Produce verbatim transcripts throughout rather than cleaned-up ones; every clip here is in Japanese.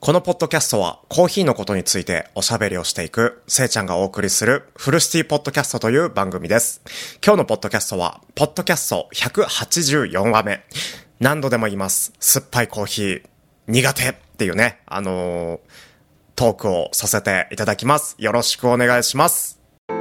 このポッドキャストはコーヒーのことについておしゃべりをしていくせいちゃんがお送りするフルシティポッドキャストという番組です。今日のポッドキャストはポッドキャストひゃくはちじゅうよんわめ。何度でも言います。酸っぱいコーヒー苦手っていうね、あのー、トークをさせていただきます。よろしくお願いします。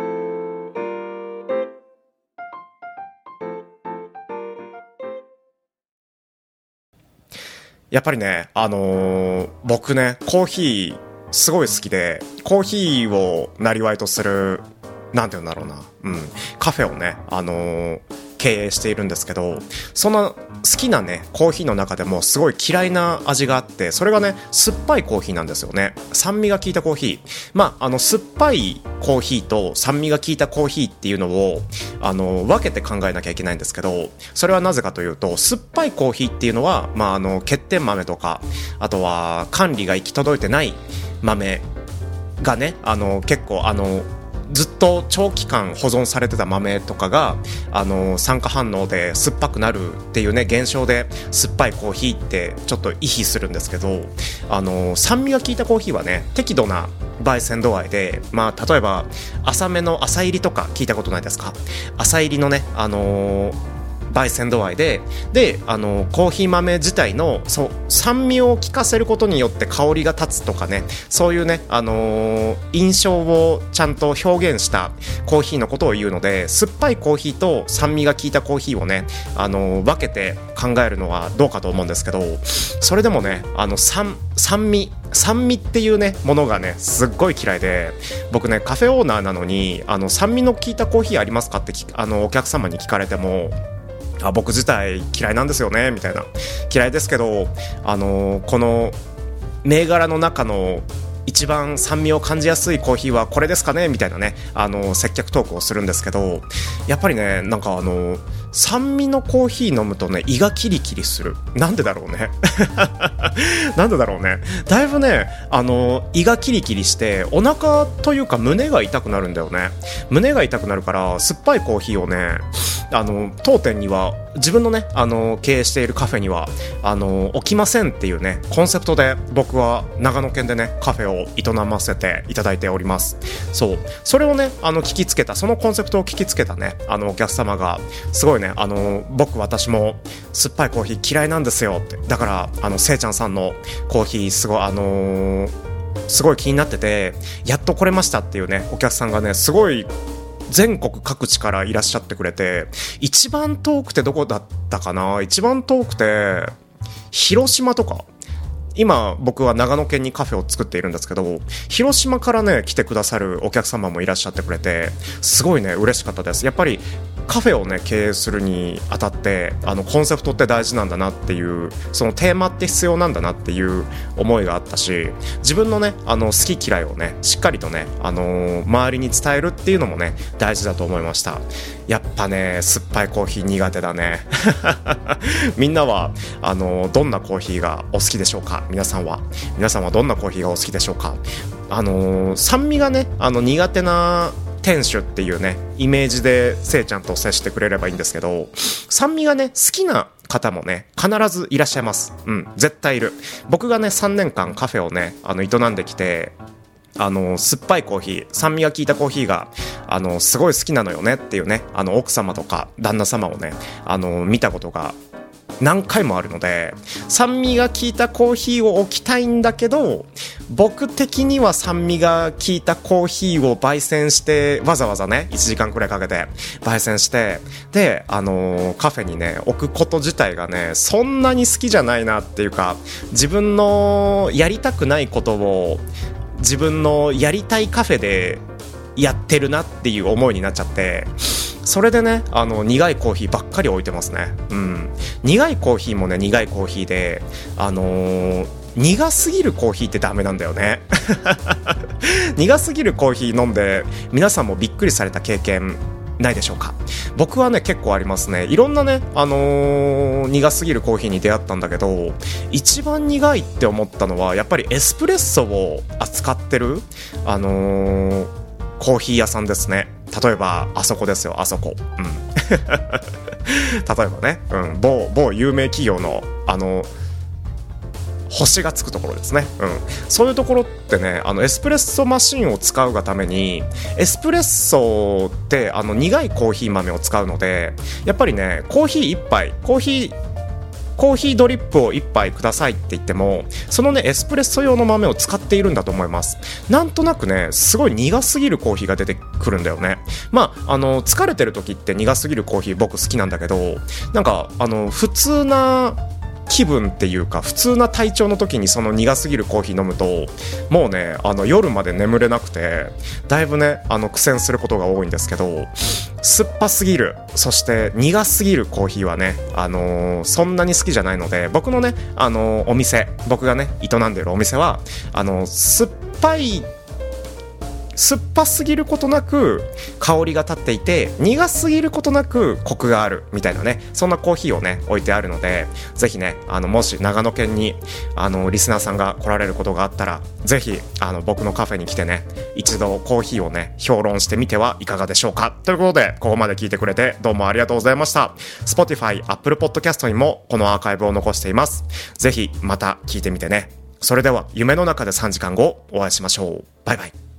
やっぱりね、あのー、僕ね、コーヒーすごい好きで、コーヒーをなりわいとする、なんて言うんだろうな、うん、カフェをね、あのー、経営しているんですけど、その好きなね、コーヒーの中でもすごい嫌いな味があって、それがね、酸っぱいコーヒーなんですよね。酸味が効いたコーヒー。まあ、あの、酸っぱいコーヒーと酸味が効いたコーヒーっていうのを、あの、分けて考えなきゃいけないんですけど、それはなぜかというと、酸っぱいコーヒーっていうのは、まあ、あの、欠点豆とか、あとは管理が行き届いてない豆がね、あの、結構、あの、ずっと長期間保存されてた豆とかがあの酸化反応で酸っぱくなるっていうね現象で酸っぱいコーヒーってちょっと忌避するんですけど、あの酸味が効いたコーヒーはね適度な焙煎度合いで、まあ例えば浅めの浅入りとか聞いたことないですか？浅入りのねあのー焙煎度合いでであのコーヒー豆自体のそう酸味を効かせることによって香りが立つとかね、そういうね、あのー、印象をちゃんと表現したコーヒーのことを言うので、酸っぱいコーヒーと酸味が効いたコーヒーをね、あのー、分けて考えるのはどうかと思うんですけど、それでもねあの 酸, 酸味酸味っていうねものがねすっごい嫌いで、僕ねカフェオーナーなのにあの酸味の効いたコーヒーありますかってあのお客様に聞かれても、あ僕自体嫌いなんですよねみたいな、嫌いですけどあのー、この銘柄の中の一番酸味を感じやすいコーヒーはこれですかねみたいなね、あのー、接客トークをするんですけど、やっぱりねなんかあのー、酸味のコーヒー飲むとね胃がキリキリする。なんでだろうねなんでだろうね。だいぶねあの胃がキリキリしてお腹というか胸が痛くなるんだよね。胸が痛くなるから酸っぱいコーヒーをねあの当店には自分のねあの経営しているカフェにはあの置きませんっていうねコンセプトで僕は長野県でねカフェを営ませていただいております。そうそれをねあの聞きつけたそのコンセプトを聞きつけたねあのお客様がすごいねあの僕私も酸っぱいコーヒー嫌いなんですよって、だからあのせいちゃんさんのコーヒーすごいあのー、すごい気になっててやっと来れましたっていうねお客さんがねすごい全国各地からいらっしゃってくれて、一番遠くてどこだったかな、一番遠くて広島とか、今僕は長野県にカフェを作っているんですけど、広島からね来てくださるお客様もいらっしゃってくれてすごいね嬉しかったです。やっぱりカフェをね経営するにあたってあのコンセプトって大事なんだなっていう、そのテーマって必要なんだなっていう思いがあったし、自分のねあの好き嫌いをねしっかりとねあのー、周りに伝えるっていうのもね大事だと思いました。やっぱね酸っぱいコーヒー苦手だねみんなはあのー、どんなコーヒーがお好きでしょうか？皆さんは皆さんはどんなコーヒーがお好きでしょうか？あのー、酸味がねあの苦手な店主っていうねイメージでせいちゃんと接してくれればいいんですけど、酸味がね好きな方もね必ずいらっしゃいます。うん絶対いる。僕がねさんねんかんカフェをねあの営んできて、あの酸っぱいコーヒー酸味が効いたコーヒーがあのすごい好きなのよねっていうねあの奥様とか旦那様をねあの見たことが何回もあるので、酸味が効いたコーヒーを置きたいんだけど僕的には酸味が効いたコーヒーを焙煎してわざわざねいちじかんくらいかけて焙煎してで、あのー、カフェにね置くこと自体がねそんなに好きじゃないなっていうか、自分のやりたくないことを自分のやりたいカフェでやってるなっていう思いになっちゃって、それでねあの苦いコーヒーばっかり置いてますね。うん苦いコーヒーもね苦いコーヒーであのー、苦すぎるコーヒーってダメなんだよね苦すぎるコーヒー飲んで皆さんもびっくりされた経験ないでしょうか？僕はね結構ありますね。いろんなね、あのー、苦すぎるコーヒーに出会ったんだけど、一番苦いって思ったのはやっぱりエスプレッソを扱ってる、あのー、コーヒー屋さんですね。例えばあそこですよ、あそこ、うん、例えばね、うん、某某有名企業のあの星がつくところですね。うん。そういうところってね、あのエスプレッソマシンを使うがために、エスプレッソってあの苦いコーヒー豆を使うので、やっぱりね、コーヒーいっぱい、コーヒーコーヒードリップをいっぱいくださいって言っても、そのねエスプレッソ用の豆を使っているんだと思います。なんとなくね、すごい苦すぎるコーヒーが出てくるんだよね。まああの疲れてる時って苦すぎるコーヒー僕好きなんだけど、なんかあの普通な気分っていうか普通な体調の時にその苦すぎるコーヒー飲むと、もうねあの夜まで眠れなくて、だいぶねあの苦戦することが多いんですけど、酸っぱすぎる、そして苦すぎるコーヒーはね、あのー、そんなに好きじゃないので、僕のね、あのー、お店、僕がね営んでいるお店はあのー、酸っぱい酸っぱすぎることなく香りが立っていて、苦すぎることなくコクがあるみたいなね、そんなコーヒーをね置いてあるので、ぜひねあのもし長野県にあのリスナーさんが来られることがあったら、ぜひあの僕のカフェに来てね、一度コーヒーをね評論してみてはいかがでしょうか。ということで、ここまで聞いてくれてどうもありがとうございました。 Spotify、Apple Podcast にもこのアーカイブを残しています。ぜひまた聞いてみてね。それでは夢の中でさんじかんごお会いしましょう。バイバイ。